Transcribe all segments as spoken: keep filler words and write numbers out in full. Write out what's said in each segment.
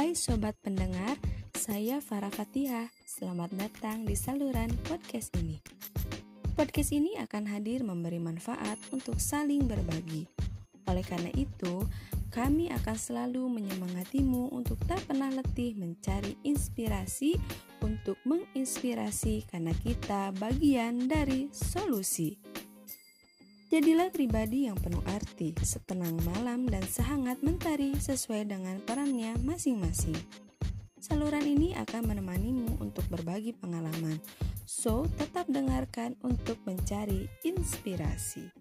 Hai sobat pendengar, saya Farah Fatihah. Selamat datang di saluran podcast ini. Podcast ini akan hadir memberi manfaat untuk saling berbagi. Oleh karena itu, kami akan selalu menyemangatimu untuk tak pernah letih mencari inspirasi untuk menginspirasi, karena kita bagian dari solusi. Jadilah pribadi yang penuh arti, setenang malam dan sehangat mentari sesuai dengan perannya masing-masing. Saluran ini akan menemanimu untuk berbagi pengalaman, so tetap dengarkan untuk mencari inspirasi.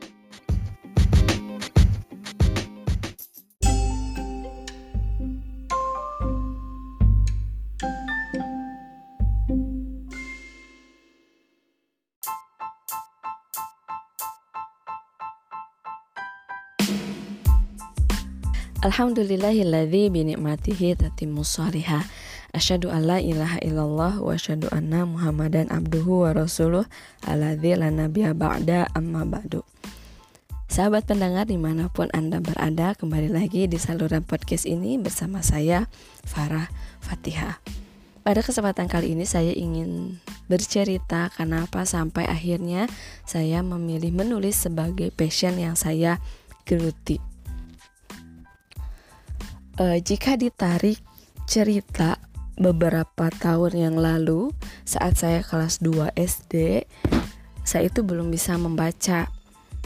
Alhamdulillahilladzi binikmatihi tatimmus shalihah. Asyhadu an la ilaha illallah wa asyhadu anna Muhammadan abduhu wa rasuluh alladzi la nabiyya ba'da amma ba'du. Sahabat pendengar dimanapun Anda berada, kembali lagi di saluran podcast ini bersama saya Farah Fatihah. Pada kesempatan kali ini saya ingin bercerita kenapa sampai akhirnya saya memilih menulis sebagai passion yang saya geluti. Uh, jika ditarik cerita beberapa tahun yang lalu, saat saya kelas dua S D, saya itu belum bisa membaca.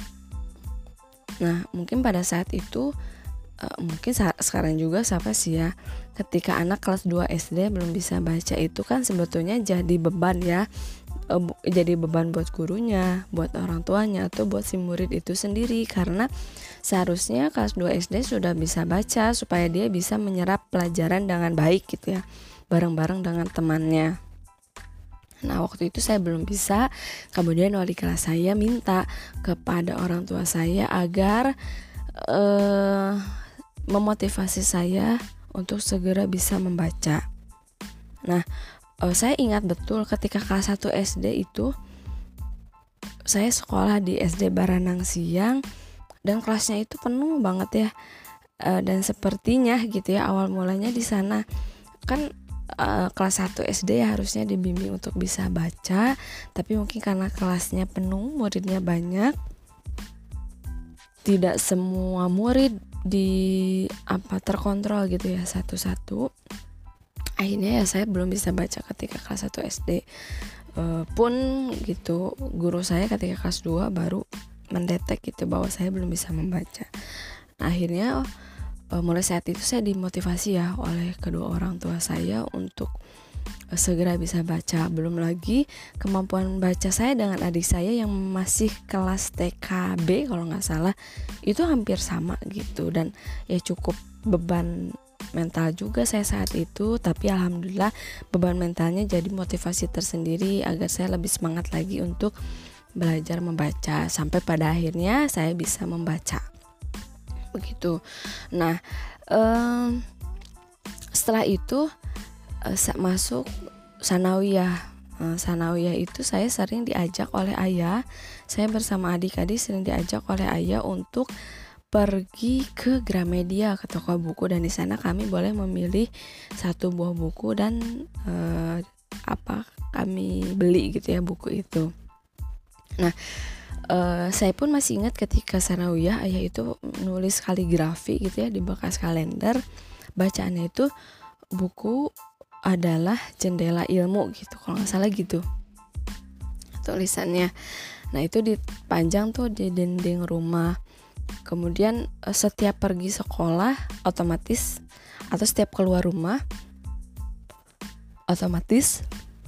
Nah, mungkin pada saat itu, uh, mungkin sa- sekarang juga siapa sih ya, ketika anak kelas dua S D belum bisa baca itu kan sebetulnya jadi beban ya, uh, bu- jadi beban buat gurunya, buat orang tuanya, atau buat si murid itu sendiri, karena seharusnya kelas dua S D sudah bisa baca supaya dia bisa menyerap pelajaran dengan baik gitu ya, bareng-bareng dengan temannya. Nah, waktu itu saya belum bisa. Kemudian wali kelas saya minta kepada orang tua saya agar uh, memotivasi saya untuk segera bisa membaca. Nah, uh, saya ingat betul ketika kelas satu S D itu saya sekolah di S D Baranang Siang, dan kelasnya itu penuh banget ya, e, dan sepertinya gitu ya awal mulanya di sana kan e, kelas satu S D ya harusnya dibimbing untuk bisa baca, tapi mungkin karena kelasnya penuh, muridnya banyak, tidak semua murid di apa terkontrol gitu ya satu-satu. Akhirnya ya saya belum bisa baca ketika kelas satu S D, e, pun gitu guru saya ketika kelas dua baru mendetek gitu bahwa saya belum bisa membaca. Nah, akhirnya oh, mulai saat itu saya dimotivasi ya oleh kedua orang tua saya untuk uh, segera bisa baca. Belum lagi kemampuan baca saya dengan adik saya yang masih kelas T K B kalau nggak salah itu hampir sama gitu, dan ya cukup beban mental juga saya saat itu, tapi alhamdulillah beban mentalnya jadi motivasi tersendiri agar saya lebih semangat lagi untuk belajar membaca, sampai pada akhirnya saya bisa membaca begitu. Nah, um, setelah itu uh, masuk sanawiyah. uh, sanawiyah itu saya sering diajak oleh ayah, saya bersama adik-adik sering diajak oleh ayah untuk pergi ke Gramedia, ke toko buku, dan di sana kami boleh memilih satu buah buku dan uh, apa kami beli gitu ya buku itu. Nah, uh, saya pun masih ingat ketika sanawiyah ayah itu nulis kaligrafi gitu ya di bekas kalender. Bacaannya itu buku adalah jendela ilmu gitu, kalau nggak salah gitu tulisannya. Nah, itu dipajang tuh di dinding rumah. Kemudian uh, setiap pergi sekolah otomatis, atau setiap keluar rumah otomatis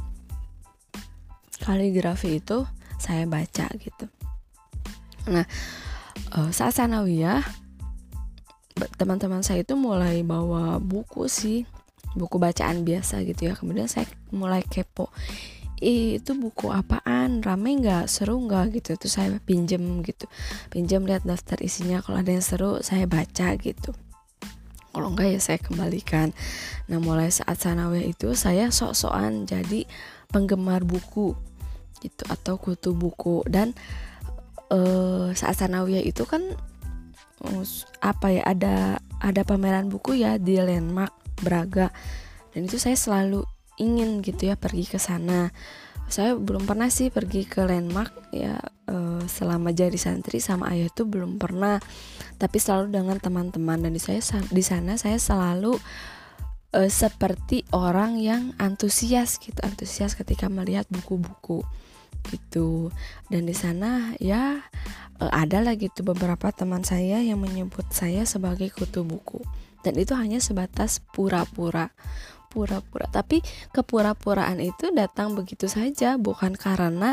kaligrafi itu saya baca gitu. Nah, saat sanawiyah teman-teman saya itu mulai bawa buku sih, buku bacaan biasa gitu ya. Kemudian saya mulai kepo, Ih, itu buku apaan, rame nggak, seru nggak gitu. Itu saya pinjem gitu, pinjem lihat daftar isinya. Kalau ada yang seru saya baca gitu, kalau enggak ya saya kembalikan. Nah, mulai saat sanawiyah itu saya sok-sokan jadi penggemar buku gitu, atau kutu buku. Dan uh, saat sanawiyah itu kan uh, apa ya ada ada pameran buku ya di Landmark. Braga, dan itu saya selalu ingin gitu ya pergi ke sana. Saya belum pernah sih pergi ke landmark ya, e, selama jadi santri sama ayah itu belum pernah, tapi selalu dengan teman-teman. Dan di saya di sana saya selalu e, seperti orang yang antusias gitu, antusias ketika melihat buku-buku gitu. Dan di sana ya e, ada lah gitu beberapa teman saya yang menyebut saya sebagai kutu buku, dan itu hanya sebatas pura-pura. Pura-pura, tapi kepura-puraan itu datang begitu saja, bukan karena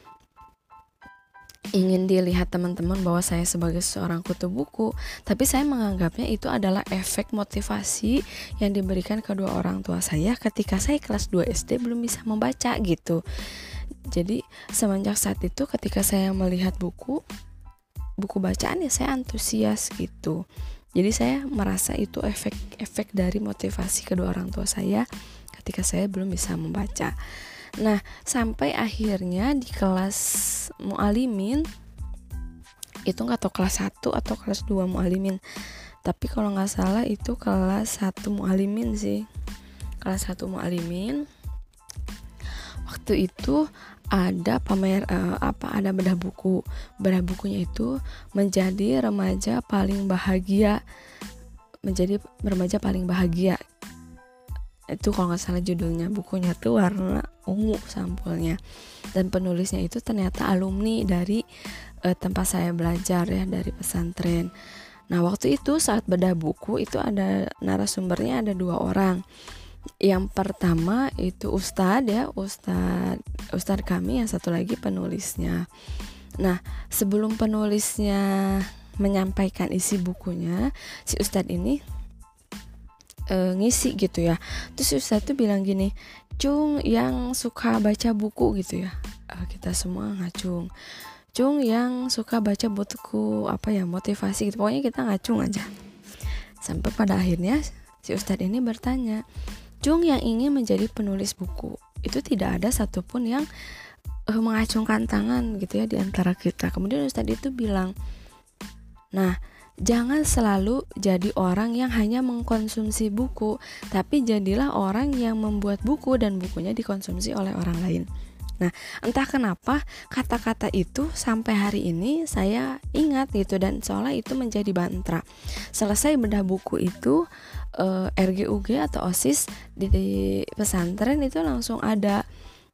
ingin dilihat teman-teman bahwa saya sebagai seorang kutu buku, tapi saya menganggapnya itu adalah efek motivasi yang diberikan kedua orang tua saya ketika saya kelas dua S D belum bisa membaca gitu. Jadi semenjak saat itu ketika saya melihat buku buku bacaan ya saya antusias gitu. Jadi saya merasa itu efek-efek dari motivasi kedua orang tua saya ketika saya belum bisa membaca. Nah, sampai akhirnya di kelas mu'alimin, itu gak tahu kelas satu atau kelas dua mu'alimin, tapi kalau gak salah itu kelas satu mu'alimin sih. Kelas satu mu'alimin, waktu itu ada pamer uh, apa ada bedah buku. Bedah bukunya itu menjadi remaja paling bahagia. Menjadi remaja paling bahagia. Itu kalau nggak salah judulnya. Bukunya tuh warna ungu sampulnya. Dan penulisnya itu ternyata alumni dari uh, tempat saya belajar ya, dari pesantren. Nah, waktu itu saat bedah buku itu ada narasumbernya ada dua orang. Yang pertama itu Ustadz ya, Ustadz Ustadz kami, yang satu lagi penulisnya. Nah, sebelum penulisnya menyampaikan isi bukunya, si Ustadz ini e, ngisi gitu ya. Terus si Ustadz tuh bilang gini, "Cung yang suka baca buku," gitu ya. E, kita semua ngacung. "Cung yang suka baca buku apa ya, motivasi," gitu. Pokoknya kita ngacung aja. Sampai pada akhirnya si Ustadz ini bertanya, "Cung yang ingin menjadi penulis buku, itu tidak ada satupun yang uh, mengacungkan tangan gitu ya di antara kita." Kemudian Ustadz itu bilang, "Nah, jangan selalu jadi orang yang hanya mengkonsumsi buku, tapi jadilah orang yang membuat buku dan bukunya dikonsumsi oleh orang lain." Nah, entah kenapa kata-kata itu sampai hari ini saya ingat gitu, dan seolah itu menjadi mantra. Selesai bedah buku itu, uh, R G U G atau OSIS di, di pesantren itu langsung ada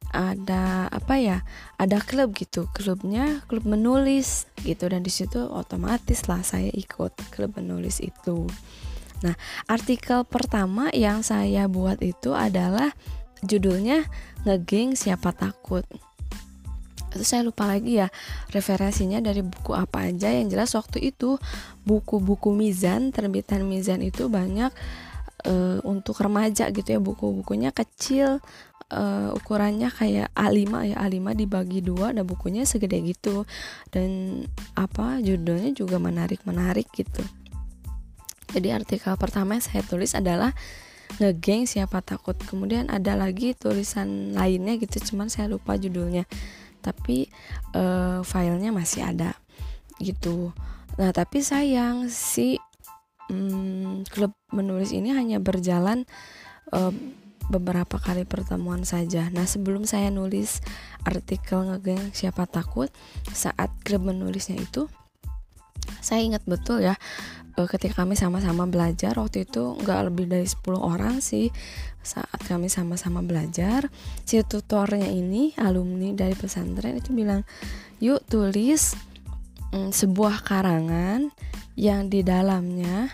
ada apa ya? Ada klub gitu. Klubnya klub menulis gitu, dan di situ otomatis lah saya ikut klub menulis itu. Nah, artikel pertama yang saya buat itu adalah judulnya Ngegeng Siapa Takut. Itu saya lupa lagi ya referensinya dari buku apa aja. Yang jelas waktu itu buku-buku Mizan, terbitan Mizan itu banyak e, untuk remaja gitu ya. Buku-bukunya kecil, e, ukurannya kayak A lima ya, A lima dibagi dua, dan bukunya segede gitu. Dan apa judulnya juga menarik-menarik gitu. Jadi artikel pertama yang saya tulis adalah Ngegeng Siapa Takut. Kemudian ada lagi tulisan lainnya gitu, cuman saya lupa judulnya, tapi e, filenya masih ada gitu. Nah, tapi sayang si hmm, klub menulis ini hanya berjalan e, beberapa kali pertemuan saja. Nah, sebelum saya nulis artikel Ngegeng Siapa Takut, saat klub menulisnya itu saya ingat betul ya, ketika kami sama-sama belajar, waktu itu gak lebih dari sepuluh orang sih. Saat kami sama-sama belajar, si tutornya ini alumni dari pesantren itu bilang, "Yuk tulis mm, sebuah karangan yang di dalamnya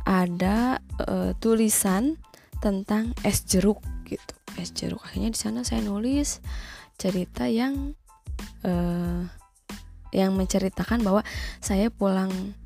ada e, tulisan tentang es jeruk," gitu. Es jeruk. Akhirnya di sana saya nulis cerita yang e, yang menceritakan bahwa saya pulang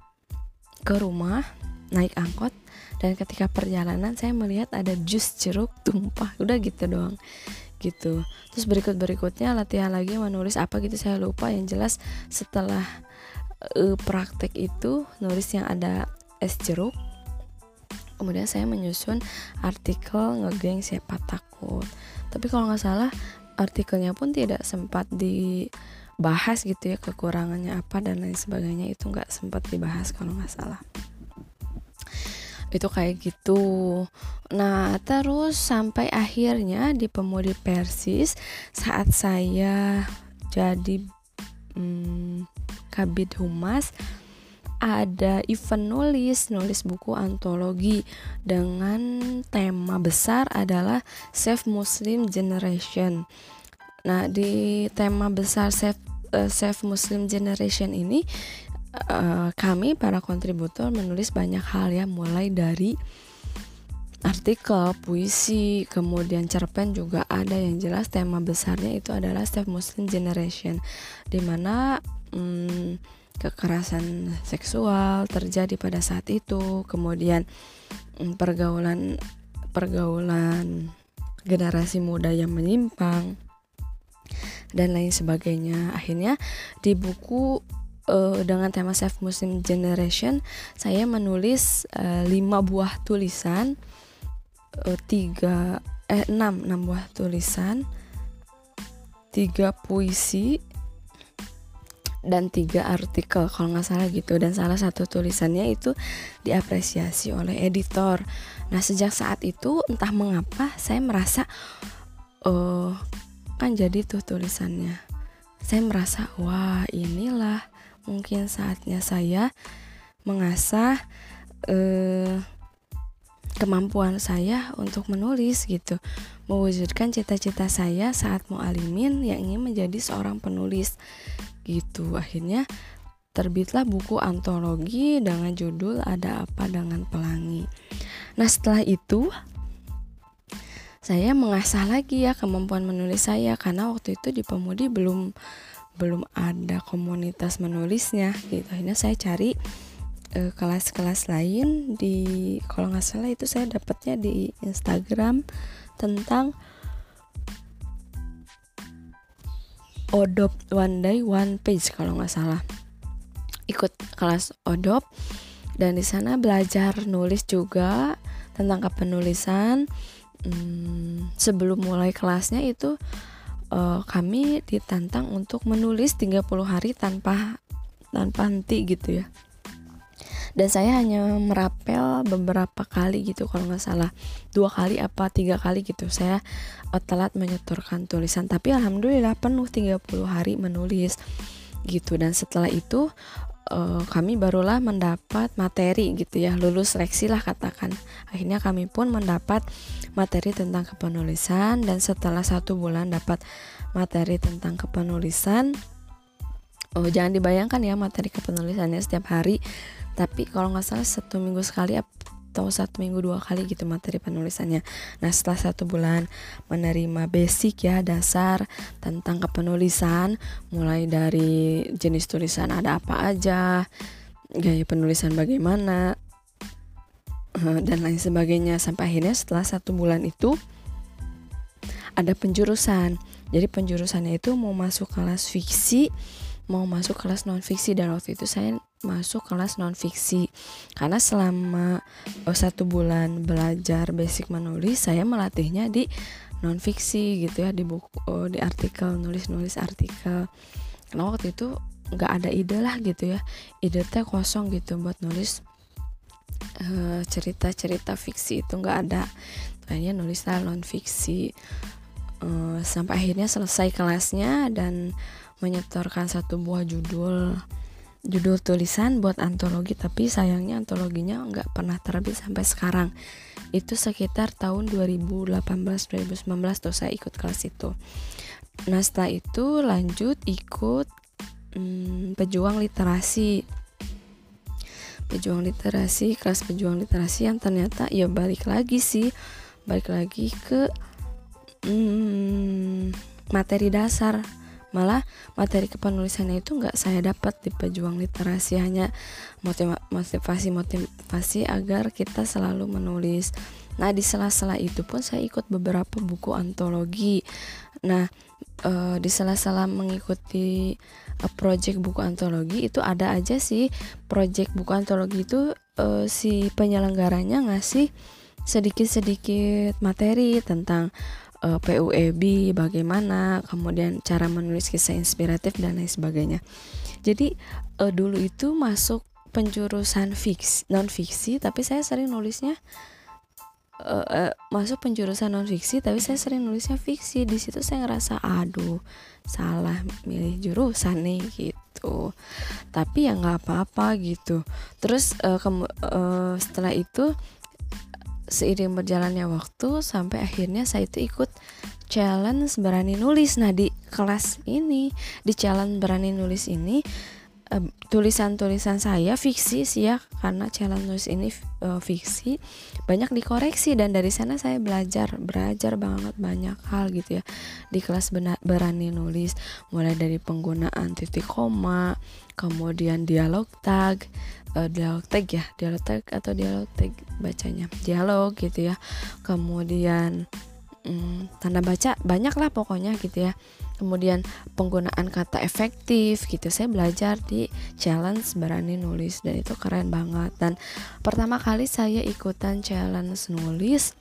ke rumah naik angkot, dan ketika perjalanan saya melihat ada jus jeruk tumpah. Udah gitu doang gitu. Terus berikut-berikutnya latihan lagi menulis apa gitu saya lupa. Yang jelas setelah uh, praktek itu nulis yang ada es jeruk, kemudian saya menyusun artikel Ngegeng Siapa Takut. Tapi kalau nggak salah artikelnya pun tidak sempat dibahas gitu ya, kekurangannya apa dan lain sebagainya itu nggak sempat dibahas kalau nggak salah. Itu kayak gitu. Nah, terus sampai akhirnya di Pemudi Persis saat saya jadi hmm, Kabid Humas, ada event nulis, nulis buku antologi dengan tema besar adalah Save Muslim Generation. Nah, di tema besar Save, uh, Save Muslim Generation ini uh, kami para kontributor menulis banyak hal ya, mulai dari artikel, puisi, kemudian cerpen juga ada. Yang jelas tema besarnya itu adalah Save Muslim Generation, di mana hmm, kekerasan seksual terjadi pada saat itu, kemudian hmm, pergaulan pergaulan generasi muda yang menyimpang dan lain sebagainya. Akhirnya di buku uh, dengan tema Save Muslim Generation saya menulis uh, lima buah tulisan, tiga eh enam enam buah tulisan, tiga puisi dan tiga artikel kalau nggak salah gitu. Dan salah satu tulisannya itu diapresiasi oleh editor. Nah, sejak saat itu entah mengapa saya merasa uh, kan jadi tuh tulisannya, saya merasa wah inilah mungkin saatnya saya mengasah uh, kemampuan saya untuk menulis gitu, mewujudkan cita-cita saya saat mu'alimin yang ingin menjadi seorang penulis gitu. Akhirnya terbitlah buku antologi dengan judul Ada Apa Dengan Pelangi. Nah, setelah itu saya mengasah lagi ya kemampuan menulis saya, karena waktu itu di Pemudi belum belum ada komunitas menulisnya gitu. Akhirnya saya cari kelas-kelas lain di, kalau nggak salah itu saya dapatnya di Instagram tentang Odop One Day One Page kalau nggak salah. Ikut kelas Odop dan di sana belajar nulis juga tentang kepenulisan. Hmm, sebelum mulai kelasnya itu uh, kami ditantang untuk menulis tiga puluh hari tanpa tanpa henti gitu ya. Dan saya hanya merapel beberapa kali gitu, kalau nggak salah dua kali apa tiga kali gitu saya uh, telat menyetorkan tulisan, tapi alhamdulillah penuh tiga puluh hari menulis gitu. Dan setelah itu uh, kami barulah mendapat materi gitu ya, lulus seleksi lah katakan. Akhirnya kami pun mendapat materi tentang kepenulisan, dan setelah satu bulan dapat materi tentang kepenulisan, oh jangan dibayangkan ya materi kepenulisannya setiap hari, tapi kalau nggak salah satu minggu sekali atau satu minggu dua kali gitu materi penulisannya. Nah, setelah satu bulan menerima basic ya, dasar tentang kepenulisan, mulai dari jenis tulisan ada apa aja, gaya penulisan bagaimana, dan lain sebagainya. Sampai akhirnya setelah satu bulan itu ada penjurusan. Jadi penjurusannya itu mau masuk kelas fiksi, mau masuk kelas non fiksi, dan waktu itu saya masuk kelas non fiksi karena selama oh, satu bulan belajar basic menulis saya melatihnya di non fiksi gitu ya, di buku oh, di artikel, nulis-nulis artikel. Karena waktu itu nggak ada ide lah gitu ya, ide teh kosong gitu buat nulis uh, cerita-cerita fiksi itu nggak ada. Akhirnya nulislah non fiksi uh, sampai akhirnya selesai kelasnya dan menyetorkan satu buah judul judul tulisan buat antologi, tapi sayangnya antologinya nggak pernah terbit sampai sekarang. Itu sekitar tahun dua ribu delapan belas dua ribu sembilan belas tuh saya ikut kelas itu. Nah, setelah itu lanjut ikut hmm, pejuang literasi pejuang literasi kelas pejuang literasi yang ternyata ya balik lagi sih balik lagi ke hmm, materi dasar. Malah materi kepenulisannya itu nggak saya dapat di pejuang literasi, hanya motivasi-motivasi agar kita selalu menulis. Nah, di sela-sela itu pun saya ikut beberapa buku antologi. Nah, e, di sela-sela mengikuti e, project buku antologi itu ada aja sih project buku antologi itu e, si penyelenggaranya ngasih sedikit-sedikit materi tentang P U E B bagaimana, kemudian cara menulis kisah inspiratif dan lain sebagainya. Jadi uh, dulu itu masuk penjurusan fiksi non fiksi tapi saya sering nulisnya uh, uh, masuk penjurusan non fiksi tapi saya sering nulisnya fiksi. Di situ saya ngerasa aduh salah milih jurusan nih gitu, tapi ya nggak apa-apa gitu. Terus uh, ke- uh, setelah itu seiring berjalannya waktu sampai akhirnya saya itu ikut challenge berani nulis. Nah di kelas ini, di challenge berani nulis ini, uh, tulisan-tulisan saya fiksi sih ya, karena challenge nulis ini uh, fiksi, banyak dikoreksi. Dan dari sana saya belajar belajar banget banyak hal gitu ya di kelas bena- berani nulis, mulai dari penggunaan titik koma, kemudian dialog tag, uh, dialog tag ya dialog tag atau dialog tag bacanya dialog gitu ya, kemudian Hmm, tanda baca banyak lah pokoknya gitu ya. Kemudian penggunaan kata efektif gitu, saya belajar di challenge berani nulis dan itu keren banget. Dan pertama kali saya ikutan challenge nulis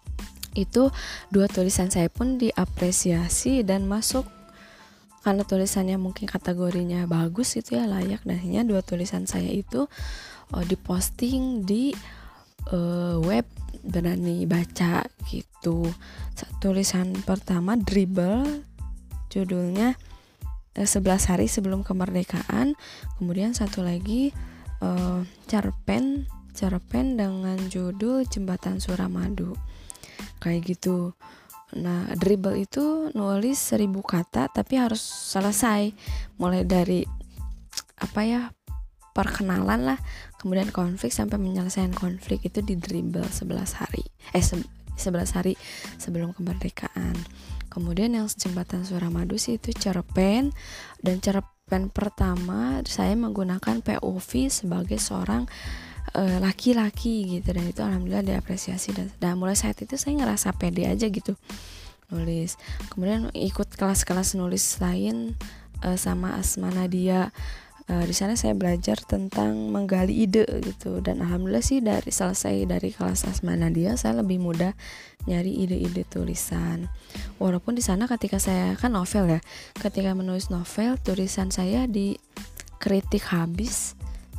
itu dua tulisan saya pun diapresiasi dan masuk, karena tulisannya mungkin kategorinya bagus itu ya, layak. Dan akhirnya dua tulisan saya itu oh, diposting di uh, web berani baca gitu. Tulisan pertama dribble, judulnya eh, sebelas hari sebelum kemerdekaan. Kemudian satu lagi eh, cerpen cerpen dengan judul Jembatan Suramadu, kayak gitu. Nah dribble itu nulis seribu kata tapi harus selesai, mulai dari apa ya perkenalan lah, kemudian konflik sampai menyelesaikan konflik itu di dribble sebelas hari eh se- sebelas hari sebelum kemerdekaan. Kemudian yang Jembatan Suramadu sih itu cerpen, dan cerpen pertama saya menggunakan P O V sebagai seorang uh, laki-laki gitu, dan itu alhamdulillah diapresiasi. Dan, dan mulai saat itu saya ngerasa pede aja gitu nulis. Kemudian ikut kelas-kelas nulis lain uh, sama Asma Nadia. Uh, di sana saya belajar tentang menggali ide gitu, dan alhamdulillah sih dari selesai dari kelas Asma Nadia saya lebih mudah nyari ide-ide tulisan. Walaupun di sana ketika saya kan novel ya, ketika menulis novel tulisan saya dikritik habis,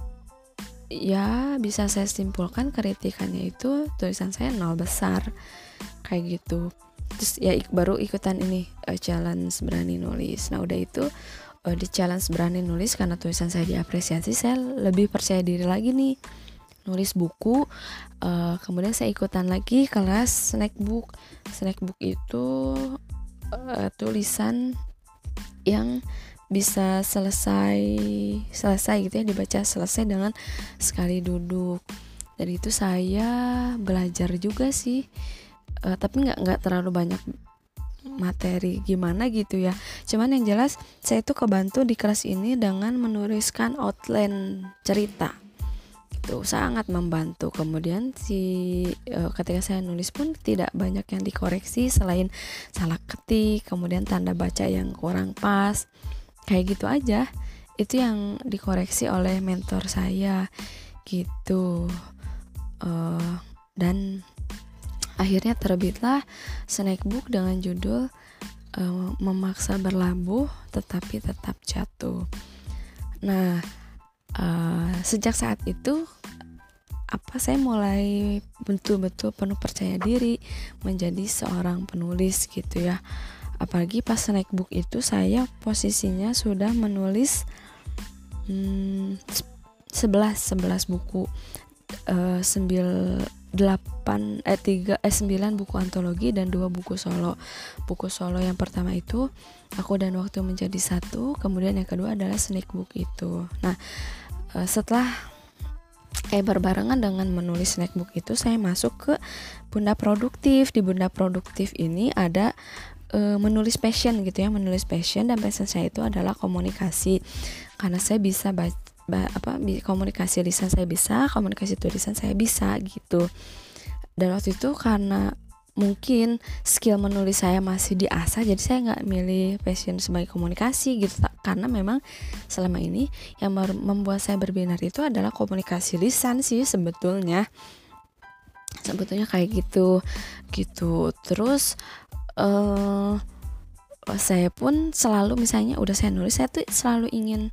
ya bisa saya simpulkan kritikannya itu tulisan saya nol besar kayak gitu. Terus ya baru ikutan ini uh, challenge berani nulis. Nah udah itu di challenge berani nulis, karena tulisan saya diapresiasi, saya lebih percaya diri lagi nih nulis buku. Uh, kemudian saya ikutan lagi kelas snack book. Snack book itu uh, tulisan yang bisa selesai selesai gitu ya, dibaca selesai dengan sekali duduk. Dari itu saya belajar juga sih, uh, tapi nggak nggak terlalu banyak materi gimana gitu ya. Cuman yang jelas saya itu kebantu di kelas ini dengan menuliskan outline cerita. Itu sangat membantu. Kemudian si e, ketika saya nulis pun tidak banyak yang dikoreksi selain salah ketik, kemudian tanda baca yang kurang pas. Kayak gitu aja. Itu yang dikoreksi oleh mentor saya gitu. E, dan akhirnya terbitlah snack book dengan judul uh, Memaksa Berlabuh Tetapi Tetap Jatuh. Nah, uh, sejak saat itu apa saya mulai betul-betul penuh percaya diri menjadi seorang penulis gitu ya. Apalagi pas snack book itu saya posisinya sudah menulis hmm, sebelas buku, uh, sembil delapan eh tiga eh sembilan buku antologi dan dua buku solo. Buku solo yang pertama itu Aku dan Waktu Menjadi Satu, kemudian yang kedua adalah snack book itu. Nah, eh, setelah eh berbarengan dengan menulis snack book itu saya masuk ke Bunda Produktif. Di Bunda Produktif ini ada eh, menulis passion gitu ya, menulis passion, dan passion saya itu adalah komunikasi. Karena saya bisa baca Ba, apa komunikasi lisan saya bisa, komunikasi tulisan saya bisa gitu. Dan waktu itu karena mungkin skill menulis saya masih diasah, jadi saya nggak milih passion sebagai komunikasi gitu, karena memang selama ini yang membuat saya berbinar itu adalah komunikasi lisan sih sebetulnya sebetulnya kayak gitu gitu. Terus uh, saya pun selalu misalnya udah saya nulis, saya tuh selalu ingin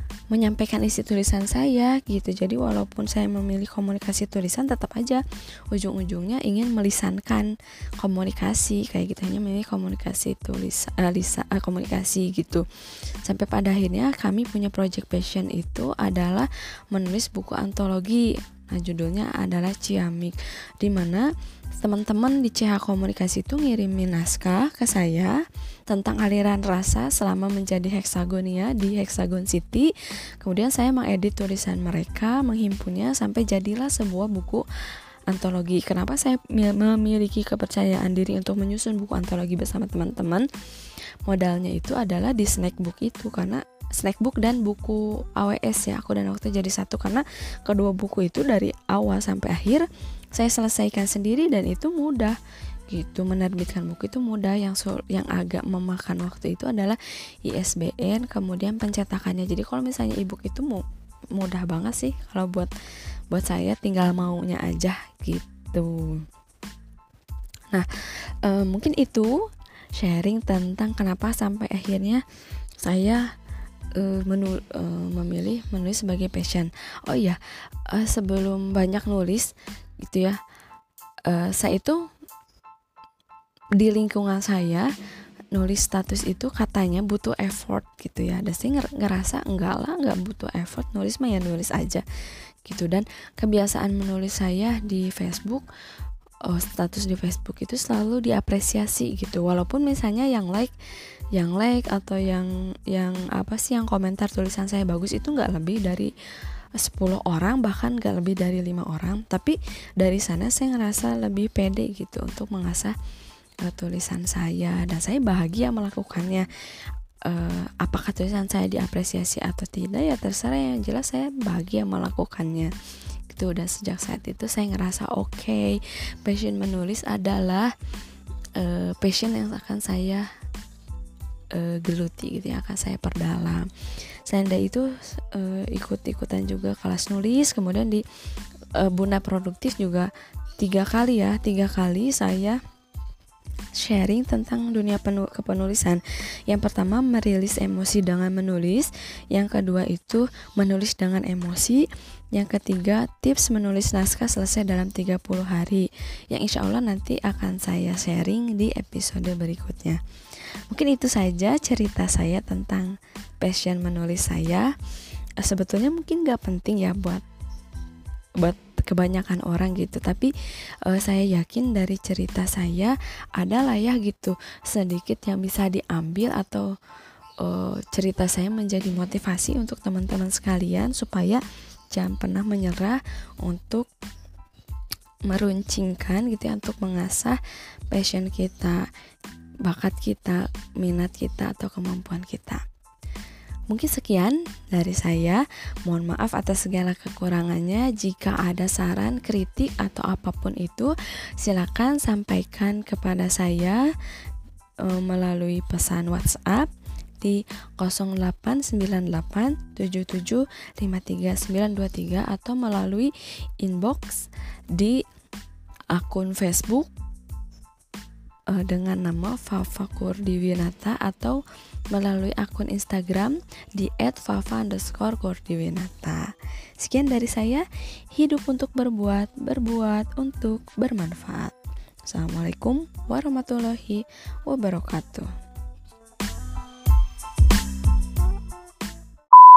menyampaikan isi tulisan saya gitu. Jadi walaupun saya memilih komunikasi tulisan, tetap aja ujung-ujungnya ingin melisankan komunikasi kayak gitu, hanya memilih komunikasi tulis uh, lisa, uh, komunikasi gitu. Sampai pada akhirnya kami punya project passion itu adalah menulis buku antologi. Nah, judulnya adalah Ciamik, di mana teman-teman di C H Komunikasi itu ngirimin naskah ke saya tentang aliran rasa selama menjadi Hexagonia di Hexagon City. Kemudian saya mengedit tulisan mereka, menghimpunnya sampai jadilah sebuah buku antologi. Kenapa saya memiliki kepercayaan diri untuk menyusun buku antologi bersama teman-teman? Modalnya itu adalah di Snackbook itu, karena Snackbook dan buku A W S ya, Aku dan Waktu Jadi Satu, karena kedua buku itu dari awal sampai akhir saya selesaikan sendiri dan itu mudah gitu. Menerbitkan buku itu mudah, yang sul- yang agak memakan waktu itu adalah I S B N, kemudian pencetakannya. Jadi kalau misalnya ebook itu mu- mudah banget sih kalau buat buat saya, tinggal maunya aja gitu. Nah, e, mungkin itu sharing tentang kenapa sampai akhirnya saya e, menul- e, memilih menulis sebagai passion. Oh iya, e, sebelum banyak nulis gitu ya, uh, saya itu di lingkungan saya nulis status itu katanya butuh effort gitu ya, dan saya ngerasa enggak lah, enggak butuh effort, nulis mah ya nulis aja gitu. Dan kebiasaan menulis saya di Facebook, oh, status di Facebook itu selalu diapresiasi gitu, walaupun misalnya yang like yang like atau yang yang apa sih yang komentar tulisan saya bagus itu enggak lebih dari sepuluh orang, bahkan gak lebih dari lima orang. Tapi dari sana saya ngerasa lebih pede gitu untuk mengasah uh, tulisan saya, dan saya bahagia melakukannya. uh, Apakah tulisan saya diapresiasi atau tidak ya terserah, yang jelas saya bahagia melakukannya gitu. Dan sejak saat itu saya ngerasa oke, okay, passion menulis adalah uh, passion yang akan saya uh, geluti gitu, yang akan saya perdalam. Selain dari itu uh, ikut-ikutan juga kelas nulis, kemudian di uh, Bunda Produktif juga tiga kali ya, tiga kali saya sharing tentang dunia penu- kepenulisan. Yang pertama merilis emosi dengan menulis, yang kedua itu menulis dengan emosi, yang ketiga tips menulis naskah selesai dalam tiga puluh hari, yang insya Allah nanti akan saya sharing di episode berikutnya. Mungkin itu saja cerita saya tentang passion menulis saya. Sebetulnya mungkin gak penting ya buat buat kebanyakan orang gitu, tapi uh, saya yakin dari cerita saya adalah ya gitu sedikit yang bisa diambil, atau uh, cerita saya menjadi motivasi untuk teman-teman sekalian supaya jangan pernah menyerah untuk meruncingkan gitu ya, untuk mengasah passion kita, bakat kita, minat kita, atau kemampuan kita. Mungkin sekian dari saya. Mohon maaf atas segala kekurangannya. Jika ada saran, kritik, atau apapun itu, silakan sampaikan kepada saya e, melalui pesan WhatsApp di nol delapan sembilan delapan tujuh tujuh lima tiga sembilan dua tiga, atau melalui inbox di akun Facebook dengan nama Fafa Kurdiwinata, atau melalui akun Instagram di et fafa underscore kurdiwinata. Sekian dari saya. Hidup untuk berbuat, berbuat untuk bermanfaat. Assalamualaikum warahmatullahi wabarakatuh.